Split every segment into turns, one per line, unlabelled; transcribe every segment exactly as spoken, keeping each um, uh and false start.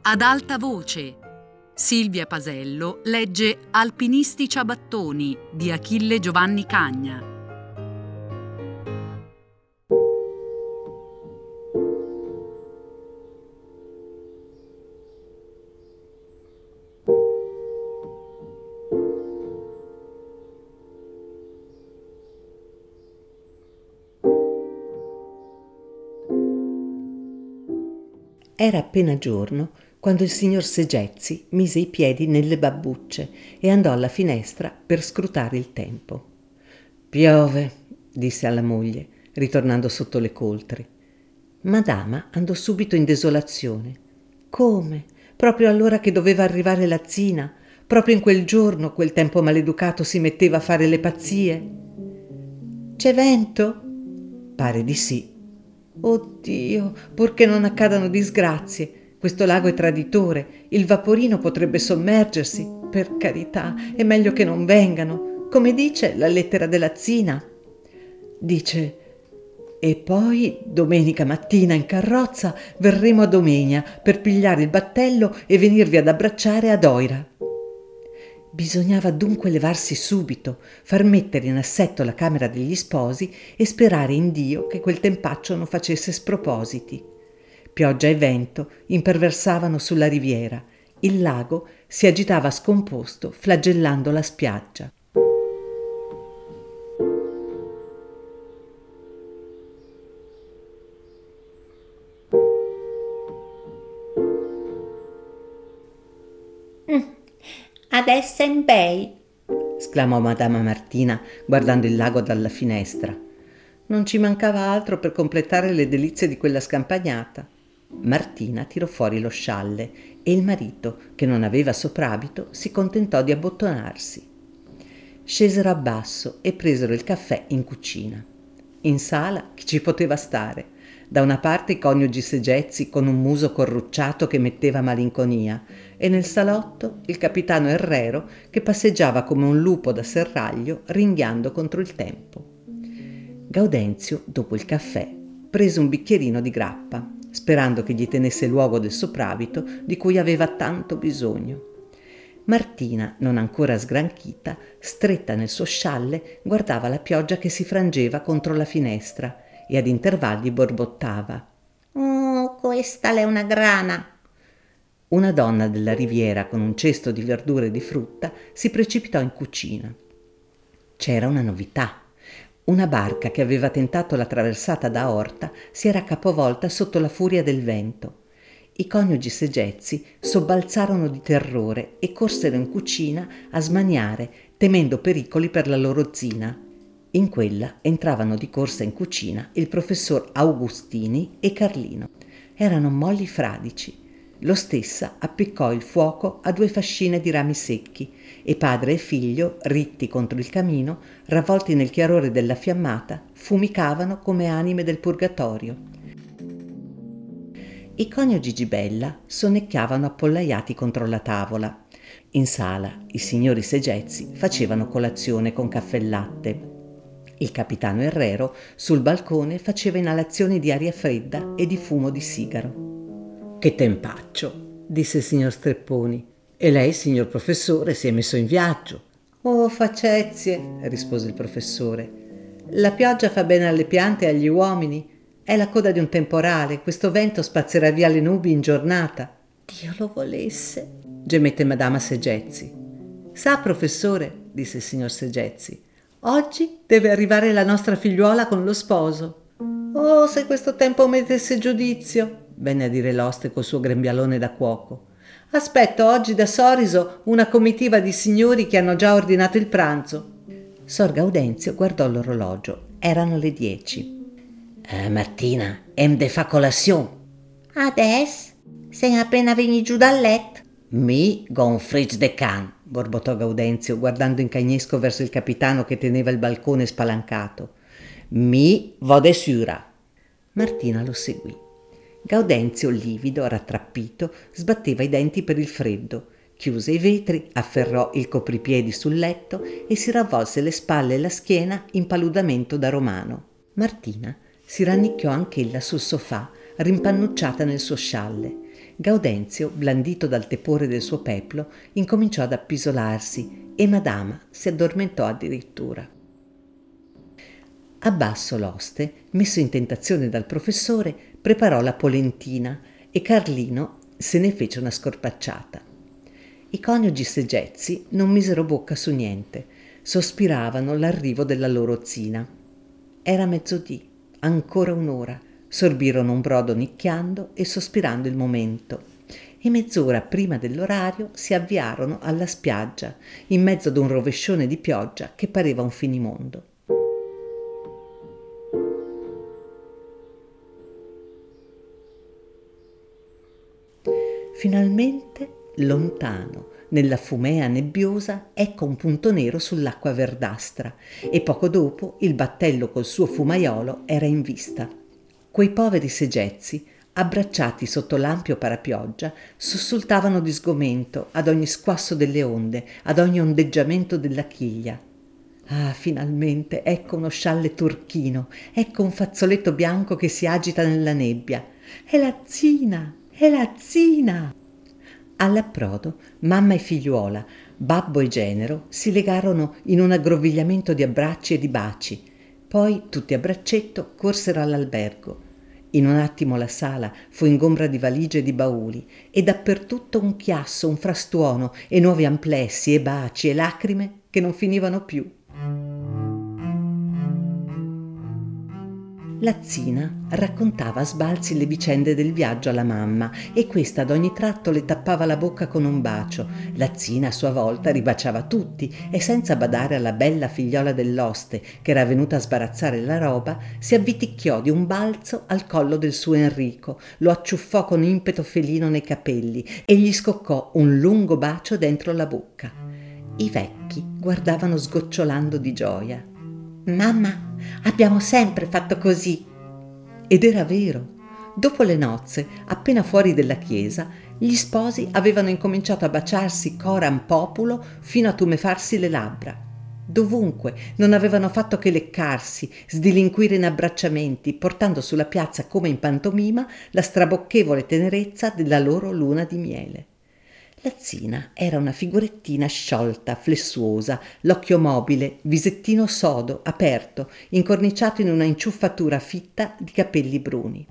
Ad alta voce, Silvia Pasello legge Alpinisti ciabattoni di Achille Giovanni Cagna.
Era appena giorno quando il signor Segezzi mise i piedi nelle babbucce e andò alla finestra per scrutare il tempo. «Piove», disse alla moglie, ritornando sotto le coltri. Madama andò subito in desolazione. Come? Proprio all'ora che doveva arrivare la zina? Proprio in quel giorno quel tempo maleducato si metteva a fare le pazzie? «C'è vento?» «Pare di sì». «Oddio, purché non accadano disgrazie. Questo lago è traditore, il vaporino potrebbe sommergersi. Per carità, è meglio che non vengano. Come dice la lettera della zina?» «Dice: e poi domenica mattina in carrozza verremo a Domegna per pigliare il battello e venirvi ad abbracciare ad Oira». Bisognava dunque levarsi subito, far mettere in assetto la camera degli sposi e sperare in Dio che quel tempaccio non facesse spropositi. Pioggia e vento imperversavano sulla riviera. Il lago si agitava scomposto, flagellando la spiaggia.
«Adesso è in bei»,
esclamò Madama Martina guardando il lago dalla finestra. Non ci mancava altro per completare le delizie di quella scampagnata. Martina tirò fuori lo scialle e il marito, che non aveva soprabito, si contentò di abbottonarsi. Scesero a basso e presero il caffè in cucina. In sala chi ci poteva stare? Da una parte i coniugi Segezzi con un muso corrucciato che metteva malinconia, e nel salotto il capitano Herrero che passeggiava come un lupo da serraglio ringhiando contro il tempo. Gaudenzio, dopo il caffè, prese un bicchierino di grappa, sperando che gli tenesse luogo del soprabito di cui aveva tanto bisogno. Martina, non ancora sgranchita, stretta nel suo scialle, guardava la pioggia che si frangeva contro la finestra e ad intervalli borbottava:
«Oh, questa è una grana!»
Una donna della riviera con un cesto di verdure e di frutta si precipitò in cucina. C'era una novità. Una barca che aveva tentato la traversata da Orta si era capovolta sotto la furia del vento. I coniugi Segezzi sobbalzarono di terrore e corsero in cucina a smaniare, temendo pericoli per la loro zina. In quella entravano di corsa in cucina il professor Augustini e Carlino. Erano molli fradici. Lo stessa appiccò il fuoco a due fascine di rami secchi e padre e figlio, ritti contro il camino, ravvolti nel chiarore della fiammata, fumicavano come anime del purgatorio. I coniugi Gibella sonnecchiavano appollaiati contro la tavola. In sala i signori Segezzi facevano colazione con caffè e latte. Il capitano Herrero sul balcone faceva inalazioni di aria fredda e di fumo di sigaro. «Che tempaccio», disse il signor Strepponi. «E lei, signor professore, si è messo in viaggio?» «Oh, facezie», rispose il professore. «La pioggia fa bene alle piante e agli uomini. È la coda di un temporale, questo vento spazzerà via le nubi in giornata». «Dio lo volesse», gemette Madama Segezzi. «Sa, professore», disse il signor Segezzi, «oggi deve arrivare la nostra figliuola con lo sposo». «Oh, se questo tempo mettesse giudizio», venne a dire l'oste col suo grembialone da cuoco. «Aspetto oggi da Soriso una comitiva di signori che hanno già ordinato il pranzo». Sor Gaudenzio guardò l'orologio. Erano le dieci. Eh, «Martina, hem de fa colazione».
«Adesso? Sei appena venuti giù dal letto?»
«Mi gon fridge de can», borbottò Gaudenzio guardando in cagnesco verso il capitano che teneva il balcone spalancato. «Mi vo de sura». Martina lo seguì. Gaudenzio, livido, rattrappito, sbatteva i denti per il freddo, chiuse i vetri, afferrò il copripiedi sul letto e si ravvolse le spalle e la schiena in paludamento da romano. Martina si rannicchiò anch'ella sul sofà, rimpannucciata nel suo scialle. Gaudenzio, blandito dal tepore del suo peplo, incominciò ad appisolarsi e Madama si addormentò addirittura. Abbasso l'oste, messo in tentazione dal professore, preparò la polentina e Carlino se ne fece una scorpacciata. I coniugi Segezzi non misero bocca su niente, sospiravano l'arrivo della loro zina. Era mezzodì, ancora un'ora, sorbirono un brodo nicchiando e sospirando il momento, e mezz'ora prima dell'orario si avviarono alla spiaggia, in mezzo ad un rovescione di pioggia che pareva un finimondo. Finalmente, lontano, nella fumea nebbiosa, ecco un punto nero sull'acqua verdastra e poco dopo il battello col suo fumaiolo era in vista. Quei poveri Segezzi, abbracciati sotto l'ampio parapioggia, sussultavano di sgomento ad ogni squasso delle onde, ad ogni ondeggiamento della chiglia. Ah, finalmente, ecco uno scialle turchino, ecco un fazzoletto bianco che si agita nella nebbia. È la zina! È la zina! All'approdo, mamma e figliuola, babbo e genero si legarono in un aggrovigliamento di abbracci e di baci. Poi, tutti a braccetto, corsero all'albergo. In un attimo la sala fu ingombra di valigie e di bauli e dappertutto un chiasso, un frastuono e nuovi amplessi e baci e lacrime che non finivano più. La zina raccontava a sbalzi le vicende del viaggio alla mamma e questa ad ogni tratto le tappava la bocca con un bacio. La zina a sua volta ribaciava tutti e senza badare alla bella figliola dell'oste che era venuta a sbarazzare la roba, si avviticchiò di un balzo al collo del suo Enrico, lo acciuffò con impeto felino nei capelli e gli scoccò un lungo bacio dentro la bocca. I vecchi guardavano sgocciolando di gioia.
Mamma, abbiamo sempre fatto così.
Ed era vero. Dopo le nozze, appena fuori della chiesa, gli sposi avevano incominciato a baciarsi coram populo fino a tumefarsi le labbra. Dovunque non avevano fatto che leccarsi, sdilinquire in abbracciamenti, portando sulla piazza come in pantomima la strabocchevole tenerezza della loro luna di miele. La zina era una figurettina sciolta, flessuosa, l'occhio mobile, visettino sodo, aperto, incorniciato in una inciuffatura fitta di capelli bruni.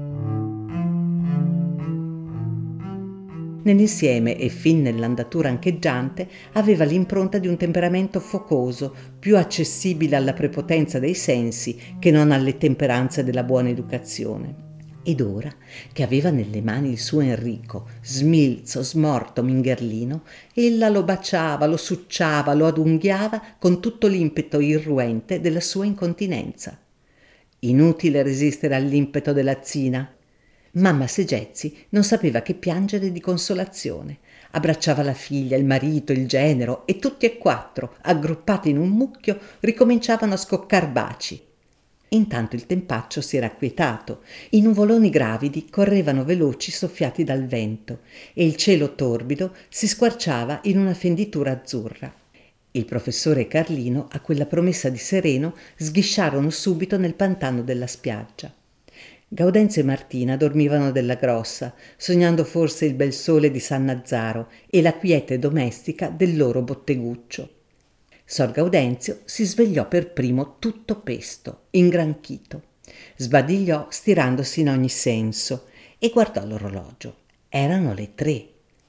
Nell'insieme e fin nell'andatura ancheggiante aveva l'impronta di un temperamento focoso, più accessibile alla prepotenza dei sensi che non alle temperanze della buona educazione. Ed ora, che aveva nelle mani il suo Enrico, smilzo, smorto, mingherlino, ella lo baciava, lo succiava, lo adunghiava con tutto l'impeto irruente della sua incontinenza. Inutile resistere all'impeto della zina. Mamma Segezzi non sapeva che piangere di consolazione. Abbracciava la figlia, il marito, il genero e tutti e quattro, aggruppati in un mucchio, ricominciavano a scoccar baci. Intanto il tempaccio si era acquietato, i nuvoloni gravidi correvano veloci soffiati dal vento e il cielo torbido si squarciava in una fenditura azzurra. Il professore e Carlino, a quella promessa di sereno, sghisciarono subito nel pantano della spiaggia. Gaudenzio e Martina dormivano della grossa, sognando forse il bel sole di San Nazzaro e la quiete domestica del loro botteguccio. Sor Gaudenzio si svegliò per primo tutto pesto, ingranchito. Sbadigliò stirandosi in ogni senso e guardò l'orologio. Erano le tre.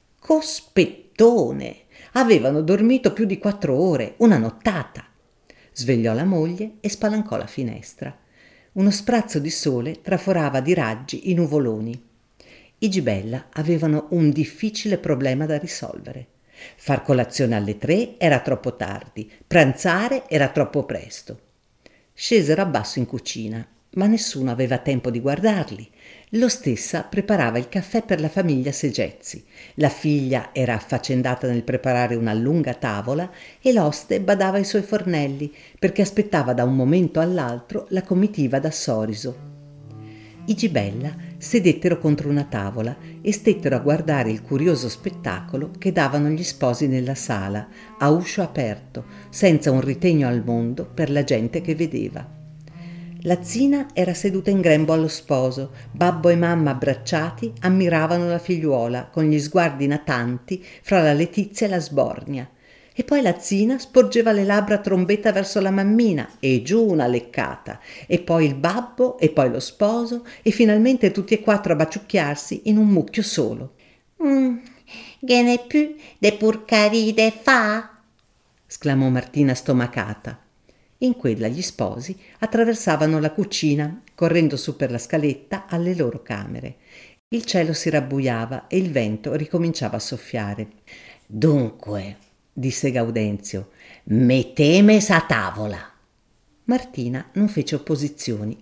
Cospettone! Avevano dormito più di quattro ore, una nottata. Svegliò la moglie e spalancò la finestra. Uno sprazzo di sole traforava di raggi i nuvoloni. I Gibella avevano un difficile problema da risolvere. Far colazione alle tre era troppo tardi, pranzare era troppo presto. Scesero a basso in cucina, ma nessuno aveva tempo di guardarli. Lo stessa preparava il caffè per la famiglia Segezzi. La figlia era affaccendata nel preparare una lunga tavola e l'oste badava ai suoi fornelli, perché aspettava da un momento all'altro la comitiva da Soriso. I Gibella sedettero contro una tavola e stettero a guardare il curioso spettacolo che davano gli sposi nella sala, a uscio aperto, senza un ritegno al mondo per la gente che vedeva. La zina era seduta in grembo allo sposo, babbo e mamma abbracciati ammiravano la figliuola con gli sguardi natanti fra la letizia e la sbornia. E poi la zina sporgeva le labbra a trombetta verso la mammina e giù una leccata, e poi il babbo e poi lo sposo e finalmente tutti e quattro a baciucchiarsi in un mucchio solo.
Mm, che ne più de purcaride fa?
Sclamò Martina stomacata. In quella gli sposi attraversavano la cucina, correndo su per la scaletta alle loro camere. Il cielo si rabbuiava e il vento ricominciava a soffiare.
«Dunque», disse Gaudenzio, «mettemes a tavola».
Martina non fece opposizioni.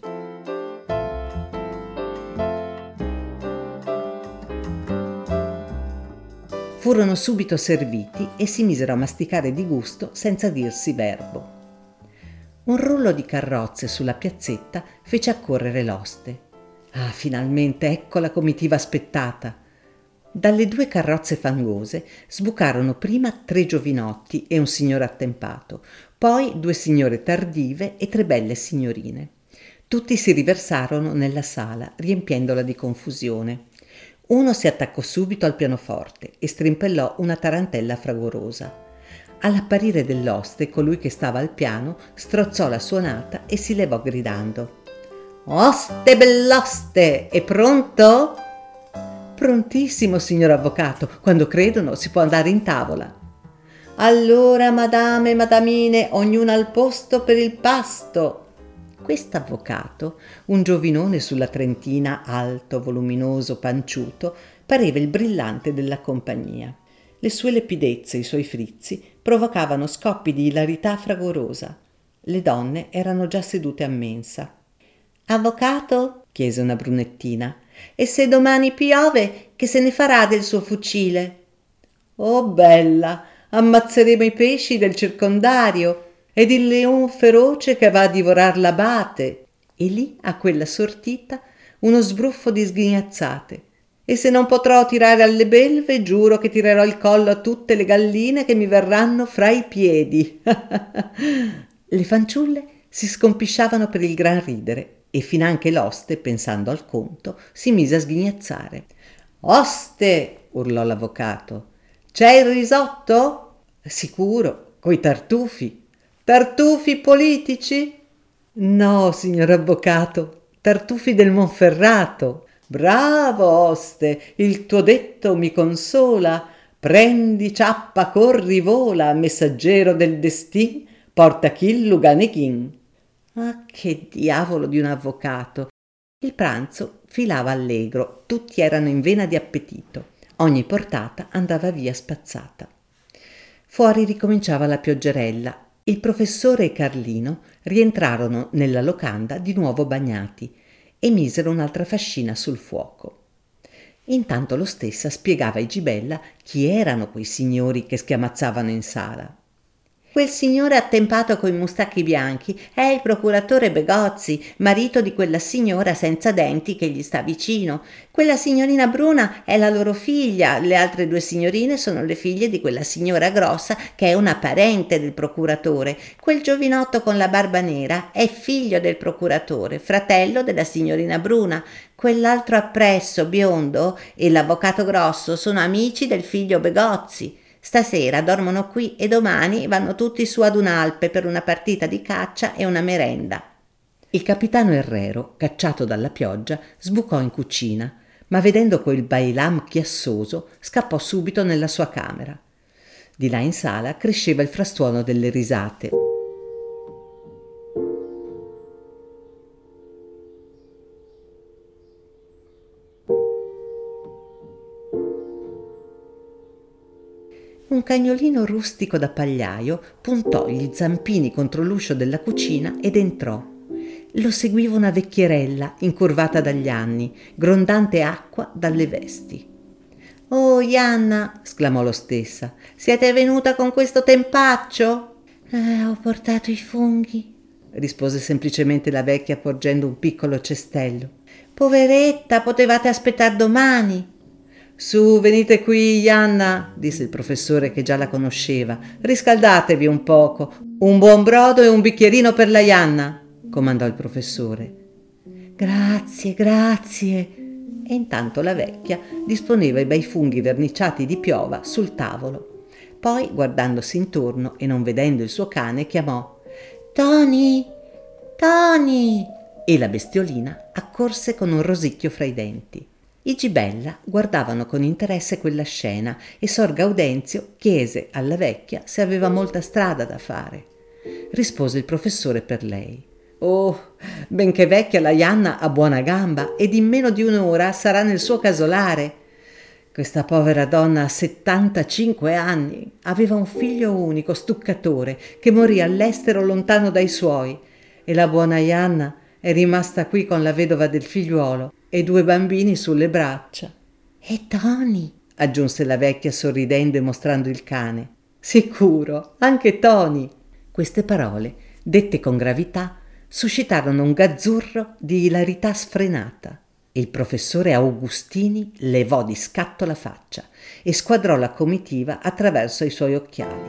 Furono subito serviti e si misero a masticare di gusto senza dirsi verbo. Un rullo di carrozze sulla piazzetta fece accorrere l'oste. Ah, finalmente ecco la comitiva aspettata. Dalle due carrozze fangose sbucarono prima tre giovinotti e un signore attempato, poi due signore tardive e tre belle signorine. Tutti si riversarono nella sala, riempiendola di confusione. Uno si attaccò subito al pianoforte e strimpellò una tarantella fragorosa. All'apparire dell'oste, colui che stava al piano strozzò la suonata e si levò gridando: «Oste bell'oste, è pronto?» «Prontissimo, signor avvocato, quando credono si può andare in tavola». «Allora, madame e madamine, ognuna al posto per il pasto». Quest'avvocato, un giovinone sulla trentina, alto, voluminoso, panciuto, pareva il brillante della compagnia. Le sue lepidezze e i suoi frizzi provocavano scoppi di ilarità fragorosa. Le donne erano già sedute a mensa. «Avvocato?» chiese una brunettina. «E se domani piove, che se ne farà del suo fucile?» «Oh bella, ammazzeremo i pesci del circondario ed il leon feroce che va a divorar l'abate». E lì, a quella sortita, uno sbruffo di sghignazzate. «E se non potrò tirare alle belve, giuro che tirerò il collo a tutte le galline che mi verranno fra i piedi». Le fanciulle si scompisciavano per il gran ridere e finanche l'oste, pensando al conto, si mise a sghignazzare. «Oste!» urlò l'avvocato. «C'è il risotto?» «Sicuro, coi tartufi». «Tartufi politici?» «No, signor avvocato, tartufi del Monferrato». «Bravo, oste, il tuo detto mi consola. Prendi, ciappa, corri, vola, messaggero del destin, porta chi luganeghin». Ah, che diavolo di un avvocato! Il pranzo filava allegro, tutti erano in vena di appetito. Ogni portata andava via spazzata. Fuori ricominciava la pioggerella. Il professore e Carlino rientrarono nella locanda di nuovo bagnati e misero un'altra fascina sul fuoco. Intanto lo stessa spiegava ai Gibella chi erano quei signori che schiamazzavano in sala. «Quel signore attempato coi mustacchi bianchi è il procuratore Begozzi, marito di quella signora senza denti che gli sta vicino. Quella signorina bruna è la loro figlia, le altre due signorine sono le figlie di quella signora grossa che è una parente del procuratore. Quel giovinotto con la barba nera è figlio del procuratore, fratello della signorina bruna. Quell'altro appresso, biondo, e l'avvocato grosso sono amici del figlio Begozzi. Stasera dormono qui e domani vanno tutti su ad un'Alpe per una partita di caccia e una merenda». Il capitano Herrero, cacciato dalla pioggia, sbucò in cucina, ma vedendo quel bailam chiassoso scappò subito nella sua camera. Di là in sala cresceva il frastuono delle risate. Un cagnolino rustico da pagliaio puntò gli zampini contro l'uscio della cucina ed entrò. Lo seguiva una vecchierella incurvata dagli anni, grondante acqua dalle vesti. «Oh, Ianna!» esclamò lo stessa. «Siete venuta con questo tempaccio?»
Eh, ho portato i funghi»,
rispose semplicemente la vecchia porgendo un piccolo cestello.
«Poveretta, potevate aspettare domani».
«Su, venite qui, Ianna», disse il professore che già la conosceva. «Riscaldatevi un poco. Un buon brodo e un bicchierino per la Ianna». comandò il professore. Grazie, grazie. E intanto la vecchia disponeva i bei funghi verniciati di piova sul tavolo. Poi, guardandosi intorno e non vedendo il suo cane, chiamò:
Tony, Tony!
E la bestiolina accorse con un rosicchio fra i denti. I Gibella guardavano con interesse quella scena e Sor Gaudenzio chiese alla vecchia se aveva molta strada da fare. Rispose il professore per lei: «Oh, benché vecchia la Ianna ha buona gamba ed in meno di un'ora sarà nel suo casolare. Questa povera donna ha settantacinque anni, aveva un figlio unico, stuccatore, che morì all'estero lontano dai suoi, e la buona Ianna è rimasta qui con la vedova del figliuolo e due bambini sulle braccia».
E Tony?
Aggiunse la vecchia sorridendo e mostrando il cane. «Sicuro, anche Tony». Queste parole, dette con gravità, suscitarono un gazzurro di ilarità sfrenata e il professore Augustini levò di scatto la faccia e squadrò la comitiva attraverso i suoi occhiali.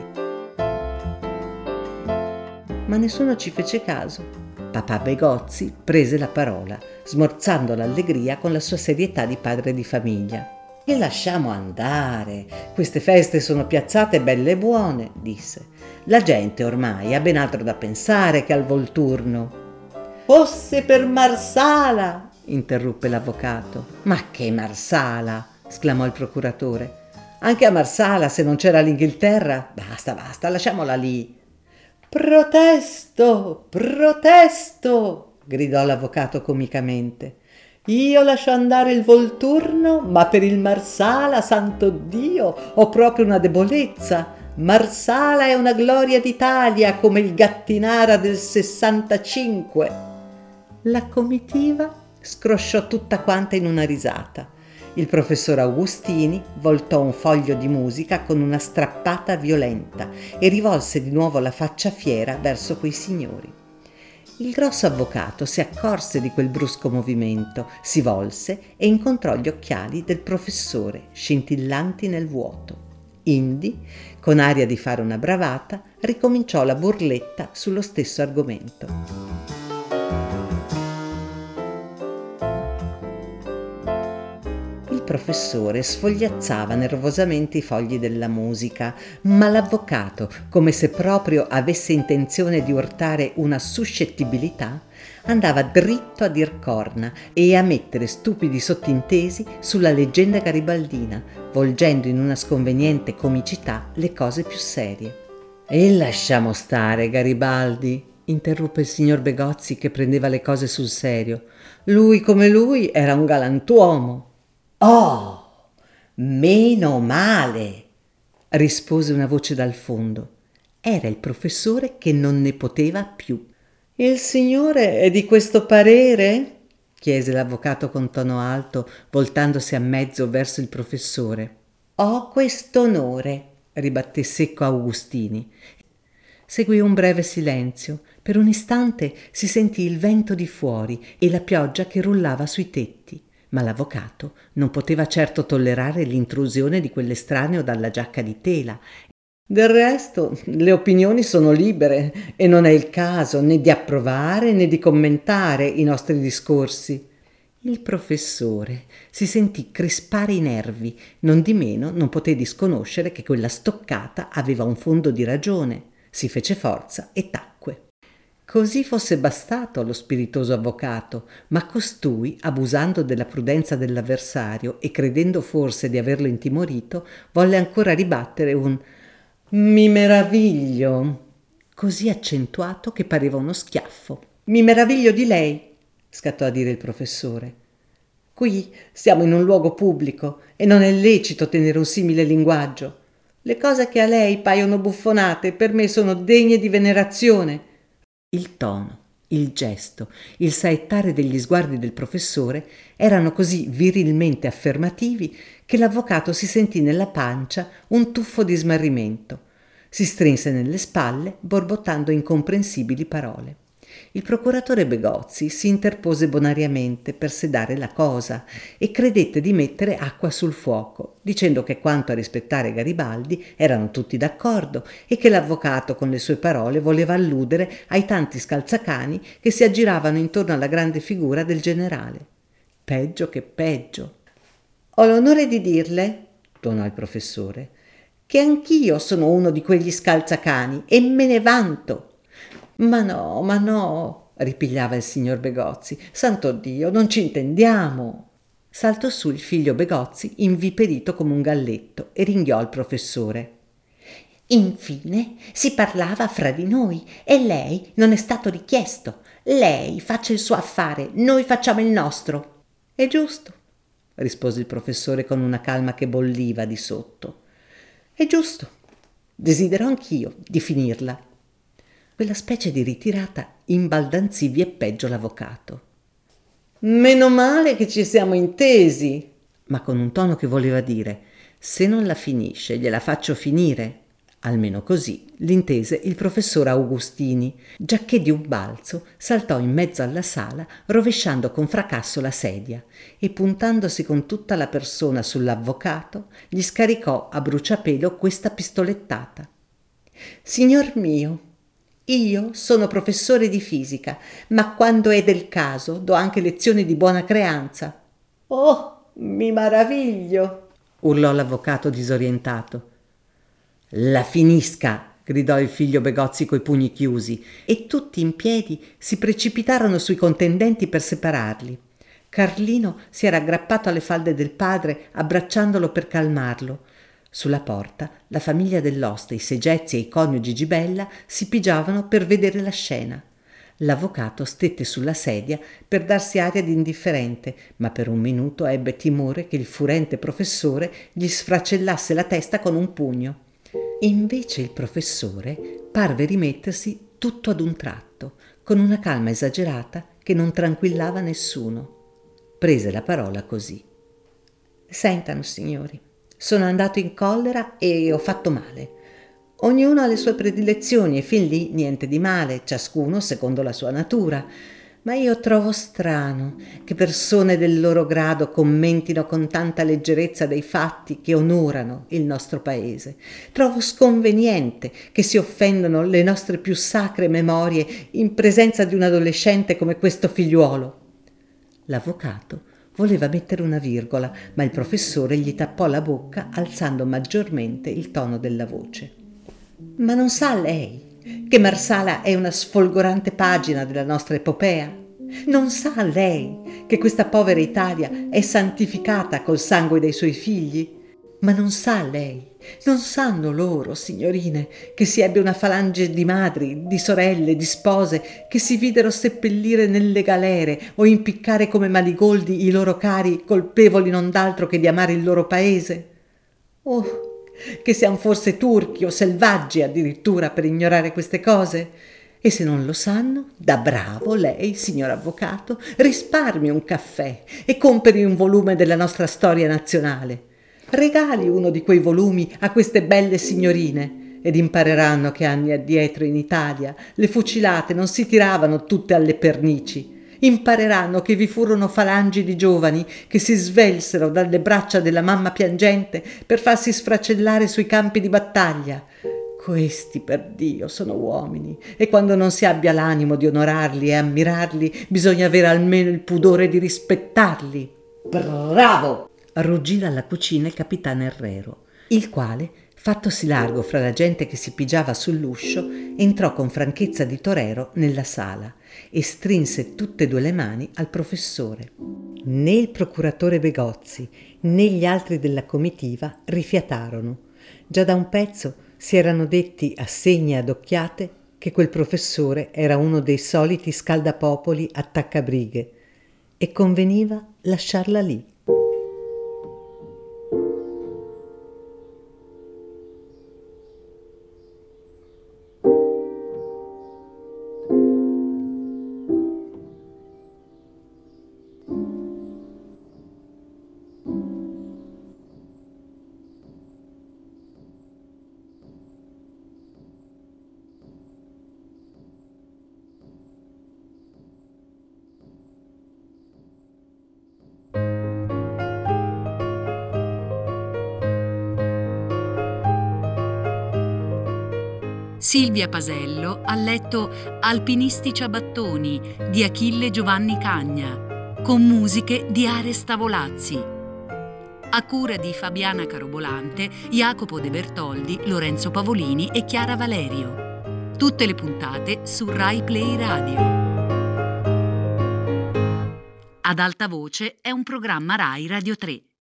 Ma nessuno ci fece caso. Papà Begozzi prese la parola, smorzando l'allegria con la sua serietà di padre di famiglia. «E lasciamo andare, queste feste sono piazzate belle e buone», disse. «La gente ormai ha ben altro da pensare che al Volturno». «Fosse per Marsala», interruppe l'avvocato. «Ma che Marsala?» esclamò il procuratore. «Anche a Marsala, se non c'era l'Inghilterra, basta, basta, lasciamola lì». «Protesto, protesto», gridò l'avvocato comicamente. «Io lascio andare il Volturno, ma per il Marsala, santo Dio, ho proprio una debolezza. Marsala è una gloria d'Italia come il Gattinara del sessantacinque». La comitiva scrosciò tutta quanta in una risata. Il professor Augustini voltò un foglio di musica con una strappata violenta e rivolse di nuovo la faccia fiera verso quei signori. Il grosso avvocato si accorse di quel brusco movimento, si volse e incontrò gli occhiali del professore scintillanti nel vuoto. Indi, con aria di fare una bravata, ricominciò la burletta sullo stesso argomento. Il professore sfogliazzava nervosamente i fogli della musica, ma l'avvocato, come se proprio avesse intenzione di urtare una suscettibilità, andava dritto a dir corna e a mettere stupidi sottintesi sulla leggenda garibaldina, volgendo in una sconveniente comicità le cose più serie. «E lasciamo stare Garibaldi», interruppe il signor Begozzi, che prendeva le cose sul serio. «Lui come lui era un galantuomo». «Oh, meno male», rispose una voce dal fondo. Era il professore che non ne poteva più. «Il signore è di questo parere?» chiese l'avvocato con tono alto, voltandosi a mezzo verso il professore. «Ho quest'onore», ribatté secco Augustini. Seguì un breve silenzio. Per un istante si sentì il vento di fuori e la pioggia che rullava sui tetti. Ma l'avvocato non poteva certo tollerare l'intrusione di quell'estraneo dalla giacca di tela. Del resto, le opinioni sono libere e non è il caso né di approvare né di commentare i nostri discorsi. Il professore si sentì crispare i nervi, nondimeno non poté disconoscere che quella stoccata aveva un fondo di ragione. Si fece forza e tacque. Così fosse bastato allo spiritoso avvocato, ma costui, abusando della prudenza dell'avversario e credendo forse di averlo intimorito, volle ancora ribattere un «Mi meraviglio», così accentuato che pareva uno schiaffo. «Mi meraviglio di lei», scattò a dire il professore. «Qui siamo in un luogo pubblico e non è lecito tenere un simile linguaggio. Le cose che a lei paiono buffonate per me sono degne di venerazione». Il tono, il gesto, il saettare degli sguardi del professore erano così virilmente affermativi che l'avvocato si sentì nella pancia un tuffo di smarrimento. Si strinse nelle spalle, borbottando incomprensibili parole. Il procuratore Begozzi si interpose bonariamente per sedare la cosa e credette di mettere acqua sul fuoco, dicendo che quanto a rispettare Garibaldi erano tutti d'accordo e che l'avvocato con le sue parole voleva alludere ai tanti scalzacani che si aggiravano intorno alla grande figura del generale. Peggio che peggio. «Ho l'onore di dirle», tuonò il professore, «che anch'io sono uno di quegli scalzacani e me ne vanto». «Ma no, ma no», ripigliava il signor Begozzi, «santo Dio, non ci intendiamo». Saltò su il figlio Begozzi, inviperito come un galletto, e ringhiò il professore.
Infine si parlava fra di noi e lei non è stato richiesto. Lei faccia il suo affare, noi facciamo il nostro.
«È giusto», rispose il professore con una calma che bolliva di sotto. «È giusto. Desidero anch'io di finirla». Quella specie di ritirata imbaldanzì vie peggio l'avvocato. «Meno male che ci siamo intesi», ma con un tono che voleva dire: «Se non la finisce, gliela faccio finire». Almeno così l'intese il professor Augustini, giacché di un balzo saltò in mezzo alla sala, rovesciando con fracasso la sedia e puntandosi con tutta la persona sull'avvocato, gli scaricò a bruciapelo questa pistolettata. «Signor mio, io sono professore di fisica, ma quando è del caso do anche lezioni di buona creanza». «Oh, mi maraviglio», urlò l'avvocato disorientato. «La finisca», gridò il figlio Begozzi coi pugni chiusi, e tutti in piedi si precipitarono sui contendenti per separarli. Carlino si era aggrappato alle falde del padre, abbracciandolo per calmarlo. Sulla porta la famiglia dell'oste, i Segezzi e i coniugi Gibella si pigiavano per vedere la scena. L'avvocato stette sulla sedia per darsi aria di indifferente, ma per un minuto ebbe timore che il furente professore gli sfracellasse la testa con un pugno. Invece il professore parve rimettersi tutto ad un tratto, con una calma esagerata che non tranquillava nessuno. Prese la parola così: «Sentano, signori, sono andato in collera e ho fatto male. Ognuno ha le sue predilezioni e fin lì niente di male, ciascuno secondo la sua natura. Ma io trovo strano che persone del loro grado commentino con tanta leggerezza dei fatti che onorano il nostro paese. Trovo sconveniente che si offendano le nostre più sacre memorie in presenza di un adolescente come questo figliuolo». L'avvocato voleva mettere una virgola, ma il professore gli tappò la bocca alzando maggiormente il tono della voce. «Ma non sa lei che Marsala è una sfolgorante pagina della nostra epopea? Non sa lei che questa povera Italia è santificata col sangue dei suoi figli? Ma non sa lei, non sanno loro, signorine, che si ebbe una falange di madri, di sorelle, di spose che si videro seppellire nelle galere o impiccare come manigoldi i loro cari, colpevoli non d'altro che di amare il loro paese? Oh, che siamo forse turchi o selvaggi addirittura per ignorare queste cose? E se non lo sanno, da bravo lei, signor avvocato, risparmi un caffè e comperi un volume della nostra storia nazionale. Regali uno di quei volumi a queste belle signorine ed impareranno che anni addietro in Italia le fucilate non si tiravano tutte alle pernici. Impareranno che vi furono falangi di giovani che si svelsero dalle braccia della mamma piangente per farsi sfracellare sui campi di battaglia. Questi, per Dio, sono uomini, e quando non si abbia l'animo di onorarli e ammirarli, bisogna avere almeno il pudore di rispettarli.
Bravo!
Ruggì dalla cucina il capitano Herrero, il quale, fattosi largo fra la gente che si pigiava sull'uscio, entrò con franchezza di torero nella sala e strinse tutte e due le mani al professore. Né il procuratore Begozzi né gli altri della comitiva rifiatarono. Già da un pezzo si erano detti a segni e ad occhiate che quel professore era uno dei soliti scaldapopoli attaccabrighe e conveniva lasciarla lì.
Silvia Pasello ha letto Alpinisti ciabattoni di Achille Giovanni Cagna, con musiche di Aresta Volazzi. A cura di Fabiana Carobolante, Jacopo De Bertoldi, Lorenzo Pavolini e Chiara Valerio. Tutte le puntate su Rai Play Radio. Ad alta voce è un programma Rai Radio tre.